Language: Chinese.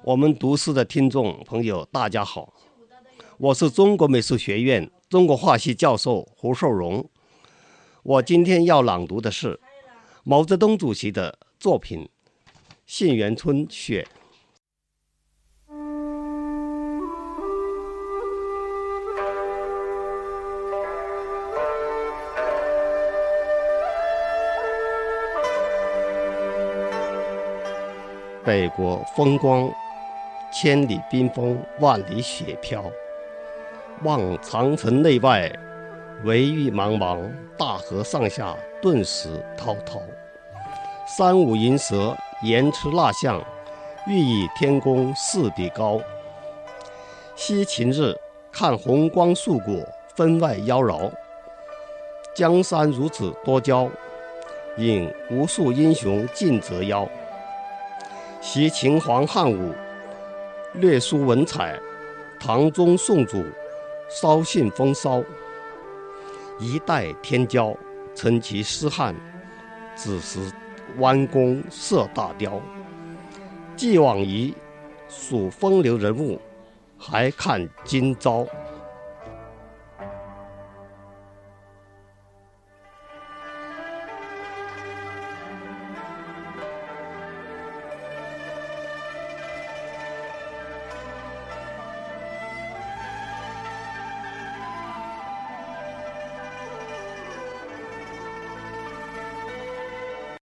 我们读诗的听众朋友，大家好，我是中国美术学院中国画系教授胡寿荣。我今天要朗读的是毛泽东主席的作品《沁园春·雪》。北国风光，千里冰封，万里雪飘。望长城内外，惟余茫茫，大河上下，顿时滔滔。三五银蛇，盐池蜡像，欲与天公试比高。惜晴日，看红光素裹，分外妖娆。江山如此多娇，引无数英雄竞折腰。习秦皇汉武，略输文采；唐宗宋祖，稍逊风骚。一代天骄，成其诗汉，只识弯弓射大雕。既往矣，数风流人物，还看今朝。